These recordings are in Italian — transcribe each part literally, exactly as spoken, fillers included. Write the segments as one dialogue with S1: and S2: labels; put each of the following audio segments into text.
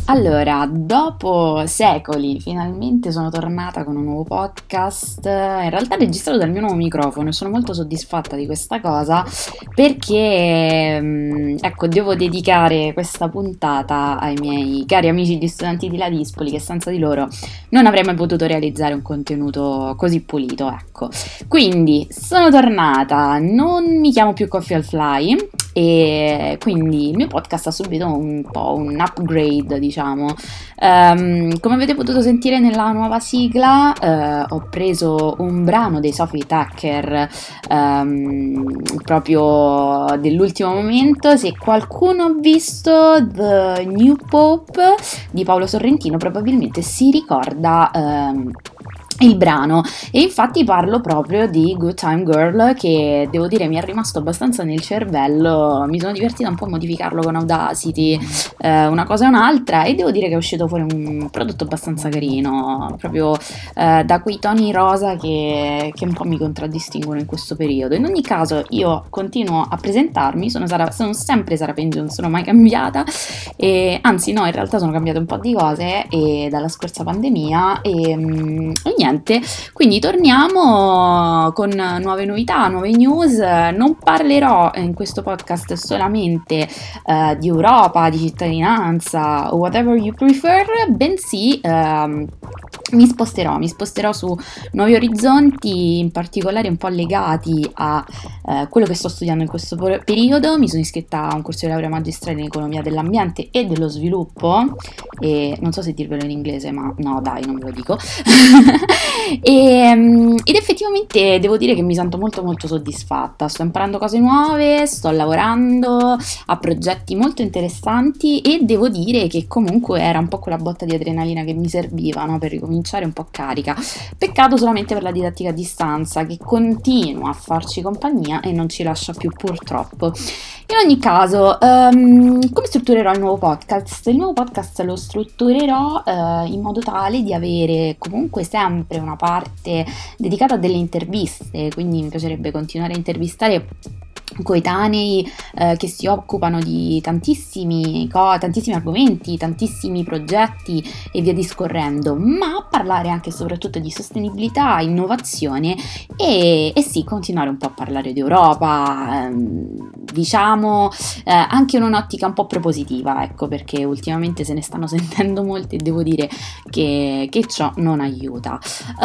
S1: Allora, dopo secoli, finalmente sono tornata con un nuovo podcast, in realtà registrato dal mio nuovo microfono e sono molto soddisfatta di questa cosa perché, mm, ecco, devo dedicare questa puntata ai miei cari amici gli studenti di Ladispoli che senza di loro non avrei mai potuto realizzare un contenuto così pulito, ecco. Quindi, sono tornata, non mi chiamo più Coffee al Fly e quindi il mio podcast ha subito un po' un upgrade, diciamo. Ehm, come avete potuto sentire nella nuova sigla, eh, ho preso un brano dei Sophie Tucker, ehm, proprio dell'ultimo momento. Se qualcuno ha visto The New Pope di Paolo Sorrentino, probabilmente si ricorda ehm, il brano, e infatti parlo proprio di Good Time Girl, che devo dire mi è rimasto abbastanza nel cervello. Mi sono divertita un po' a modificarlo con Audacity, eh, una cosa e un'altra, e devo dire che è uscito fuori un prodotto abbastanza carino, proprio eh, da quei toni rosa che, che un po' mi contraddistinguono in questo periodo. In ogni caso io continuo a presentarmi, sono, Sara, sono sempre Sara Pengi, non sono mai cambiata, e anzi no, in realtà sono cambiate un po' di cose e dalla scorsa pandemia e, e niente. Quindi torniamo con nuove novità, nuove news. Non parlerò in questo podcast solamente uh, di Europa, di cittadinanza o whatever you prefer, bensì uh, mi sposterò, mi sposterò su nuovi orizzonti, in particolare un po' legati a uh, quello che sto studiando in questo periodo. Mi sono iscritta a un corso di laurea magistrale in economia dell'ambiente e dello sviluppo, e non so se dirvelo in inglese, ma no dai, non ve lo dico. E, ed effettivamente devo dire che mi sento molto molto soddisfatta. Sto imparando cose nuove, sto lavorando a progetti molto interessanti e devo dire che comunque era un po' quella botta di adrenalina che mi serviva, no? Per ricominciare un po' carica. Peccato solamente per la didattica a distanza, che continua a farci compagnia e non ci lascia più, purtroppo. In ogni caso, um, come strutturerò il nuovo podcast? Il nuovo podcast lo strutturerò uh, in modo tale di avere comunque sempre una parte dedicata a delle interviste, quindi mi piacerebbe continuare a intervistare coetanei eh, che si occupano di tantissimi, co- tantissimi argomenti, tantissimi progetti e via discorrendo, ma parlare anche e soprattutto di sostenibilità, innovazione e, e sì, continuare un po' a parlare di Europa, ehm, diciamo eh, anche in un'ottica un po' propositiva, ecco, perché ultimamente se ne stanno sentendo molti e devo dire che, che ciò non aiuta.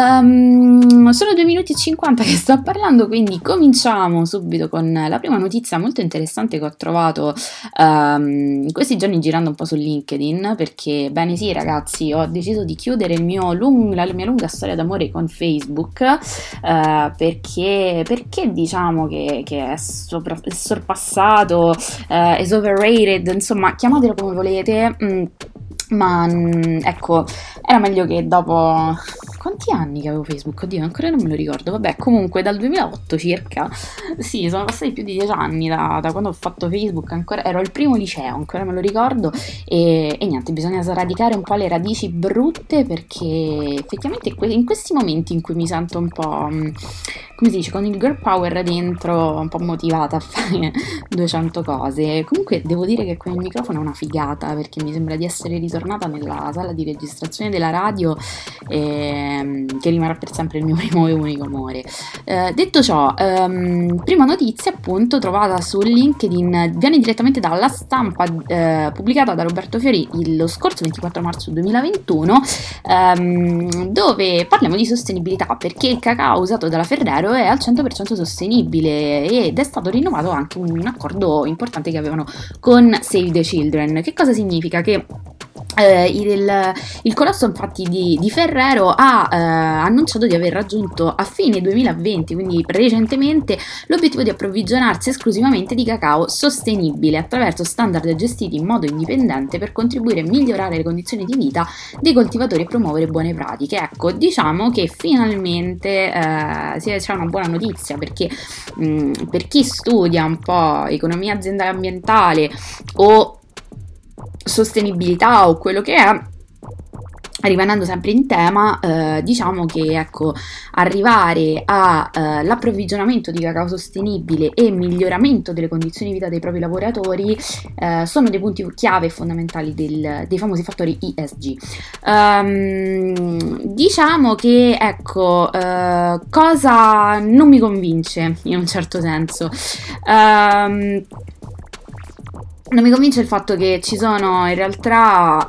S1: Um, sono due minuti e cinquanta che sto parlando, quindi cominciamo subito con la prima notizia molto interessante che ho trovato um, in questi giorni girando un po' su LinkedIn, perché bene sì ragazzi, ho deciso di chiudere il mio lung- la mia lunga storia d'amore con Facebook, uh, perché, perché diciamo che, che è, sopra- è sorpassato, uh, è overrated, insomma chiamatelo come volete. mm. Ma ecco, era meglio che dopo... Quanti anni che avevo Facebook? Oddio, ancora non me lo ricordo. Vabbè, comunque dal duemilaotto circa. Sì, sono passati più di dieci anni da, da quando ho fatto Facebook. Ancora, ero al primo liceo, ancora me lo ricordo. E, e niente, bisogna sradicare un po' le radici brutte, perché effettivamente in questi momenti in cui mi sento un po'... come si dice, con il girl power dentro, un po' motivata a fare duecento cose. Comunque devo dire che con il microfono è una figata, perché mi sembra di essere ritornata nella sala di registrazione della radio, ehm, che rimarrà per sempre il mio primo e unico amore. Eh, detto ciò, ehm, prima notizia appunto trovata su LinkedIn, viene direttamente dalla Stampa, eh, pubblicata da Roberto Fiori lo scorso ventiquattro marzo duemilaventuno, ehm, dove parliamo di sostenibilità, perché il cacao usato dalla Ferrero è al cento per cento sostenibile ed è stato rinnovato anche un accordo importante che avevano con Save the Children. Che cosa significa? Che Eh, il, il colosso infatti di, di Ferrero ha eh, annunciato di aver raggiunto a fine duemilaventi, quindi recentemente, l'obiettivo di approvvigionarsi esclusivamente di cacao sostenibile attraverso standard gestiti in modo indipendente per contribuire a migliorare le condizioni di vita dei coltivatori e promuovere buone pratiche. Ecco, diciamo che finalmente eh, c'è una buona notizia, perché mh, per chi studia un po' economia aziendale ambientale o sostenibilità o quello che è, Rimanendo sempre in tema, eh, diciamo che ecco, arrivare all'approvvigionamento di cacao sostenibile e miglioramento delle condizioni di vita dei propri lavoratori eh, sono dei punti chiave e fondamentali del, dei famosi fattori E S G. Um, diciamo che ecco, eh, cosa non mi convince in un certo senso. Um, Non mi convince il fatto che ci sono in realtà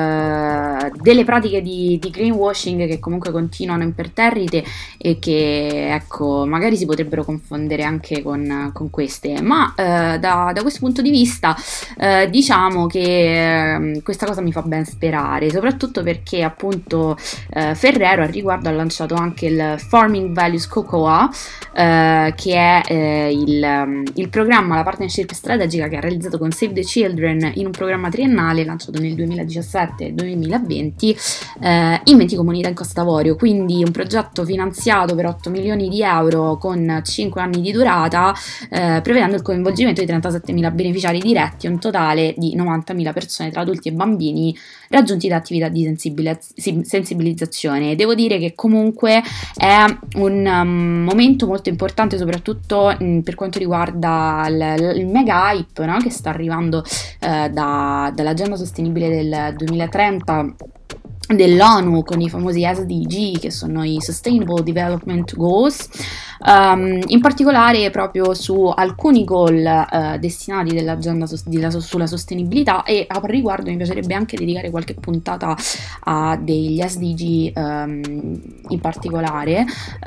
S1: eh, delle pratiche di, di greenwashing che comunque continuano imperterrite e che ecco magari si potrebbero confondere anche con, con queste, ma eh, da, da questo punto di vista eh, diciamo che eh, questa cosa mi fa ben sperare, soprattutto perché appunto eh, Ferrero al riguardo ha lanciato anche il Farming Values Cocoa, eh, che è eh, il, il programma, la partnership strategica che ha realizzato con Save the Children in un programma triennale lanciato nel duemiladiciassette duemilaventi eh, in venti comunità in Costa d'Avorio, quindi un progetto finanziato per otto milioni di euro con cinque anni di durata, eh, prevedendo il coinvolgimento di trentasettemila beneficiari diretti e un totale di novantamila persone tra adulti e bambini raggiunti da attività di sensibiliz- sensibilizzazione. Devo dire che comunque è un um, momento molto importante, soprattutto mh, per quanto riguarda il, il mega hype, no? Che sta arrivando eh, da, dall'agenda sostenibile del duemilatrenta dell'ONU con i famosi S D G, che sono i Sustainable Development Goals, um, in particolare proprio su alcuni goal uh, destinati dell'agenda sos- della, sulla sostenibilità, e a riguardo mi piacerebbe anche dedicare qualche puntata a degli S D G um, in particolare,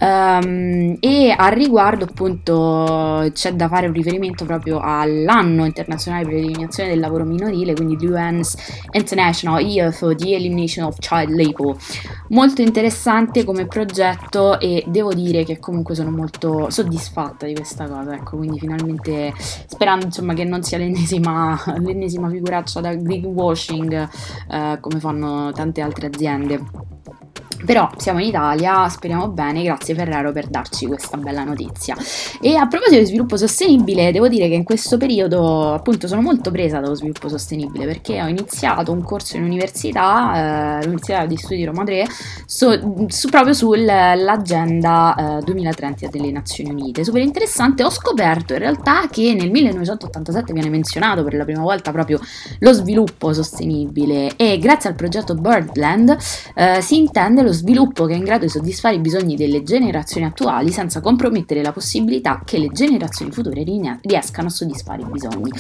S1: um, e a riguardo appunto c'è da fare un riferimento proprio all'anno internazionale per l'eliminazione del lavoro minorile, quindi l'U N's International Year for the Elimination of Child Labor. Molto interessante come progetto e devo dire che comunque sono molto soddisfatta di questa cosa, ecco, quindi finalmente, sperando insomma che non sia l'ennesima, l'ennesima figuraccia da greenwashing eh, come fanno tante altre aziende. Però siamo in Italia, speriamo bene, grazie Ferrero per darci questa bella notizia. E a proposito di sviluppo sostenibile, devo dire che in questo periodo appunto sono molto presa dallo sviluppo sostenibile, perché ho iniziato un corso in università, eh, l'Università di Studi di Roma tre, su, su, proprio sull'agenda eh, duemilatrenta delle Nazioni Unite. Super interessante. Ho scoperto in realtà che nel millenovecentottantasette viene menzionato per la prima volta proprio lo sviluppo sostenibile, e grazie al progetto Birdland eh, si intende lo sviluppo che è in grado di soddisfare i bisogni delle generazioni attuali senza compromettere la possibilità che le generazioni future riescano a soddisfare i bisogni.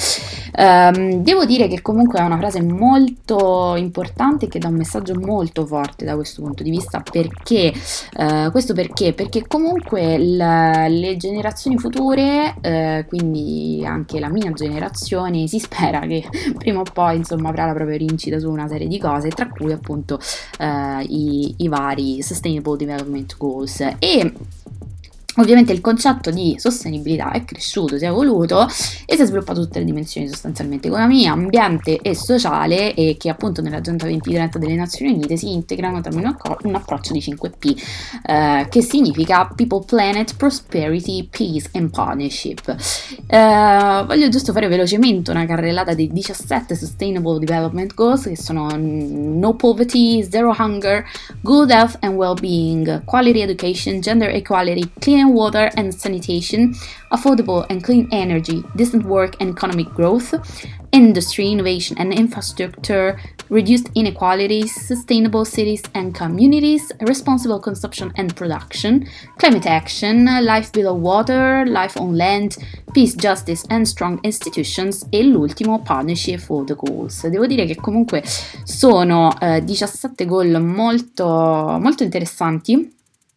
S1: Um, devo dire che comunque è una frase molto importante che dà un messaggio molto forte da questo punto di vista, perché uh, questo perché? Perché comunque la, le generazioni future, uh, quindi anche la mia generazione, si spera che prima o poi insomma avrà la propria rincita su una serie di cose, tra cui appunto uh, i, i vari Sustainable Development Goals. E ovviamente il concetto di sostenibilità è cresciuto, si è evoluto e si è sviluppato tutte le dimensioni sostanzialmente: economia, ambiente e sociale, e che appunto nell'agenda duemilatrenta delle Nazioni Unite si integrano tramite un approccio di cinque P, eh, che significa People, Planet, Prosperity, Peace and Partnership. Eh, voglio giusto fare velocemente una carrellata dei diciassette Sustainable Development Goals, che sono No Poverty, Zero Hunger, Good Health and Well-being, Quality Education, Gender Equality, Clean Water and Sanitation, Affordable and Clean Energy, Decent Work and Economic Growth, Industry, Innovation and Infrastructure, Reduced Inequalities, Sustainable Cities and Communities, Responsible Consumption and Production, Climate Action, Life Below Water, Life on Land, Peace, Justice and Strong Institutions, e l'ultimo Partnership for the Goals. Devo dire che comunque sono eh, diciassette goal molto, molto interessanti,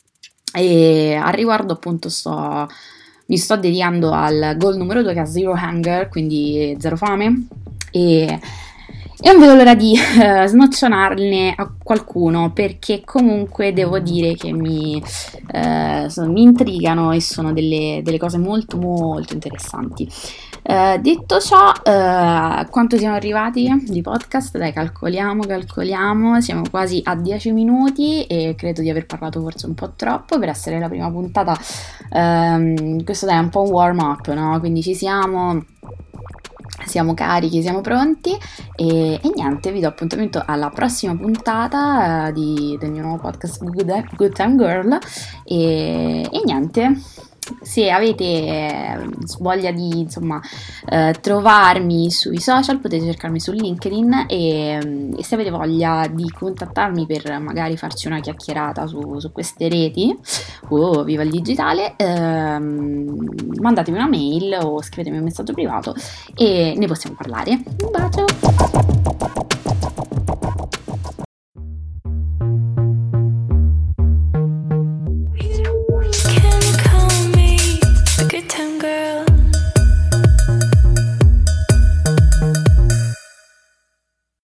S1: e al riguardo appunto sto, mi sto dedicando al goal numero due, che è Zero Hunger, quindi zero fame, e, e non vedo l'ora di uh, snoccionarne a qualcuno, perché comunque devo dire che mi, uh, sono, mi intrigano e sono delle, delle cose molto molto interessanti. Uh, detto ciò, uh, quanto siamo arrivati di podcast? Dai, calcoliamo, calcoliamo, siamo quasi a dieci minuti e credo di aver parlato forse un po' troppo per essere la prima puntata. Um, questo dai, è un po' un warm up, no? Quindi ci siamo, siamo carichi, siamo pronti e, e niente, vi do appuntamento alla prossima puntata eh, di- del mio nuovo podcast Good, Good Time Girl e, e niente. Se avete eh, voglia di insomma eh, trovarmi sui social potete cercarmi su LinkedIn e, mm, e se avete voglia di contattarmi per magari farci una chiacchierata su, su queste reti, oh, viva il digitale, ehm, mandatemi una mail o scrivetemi un messaggio privato e ne possiamo parlare. Un bacio!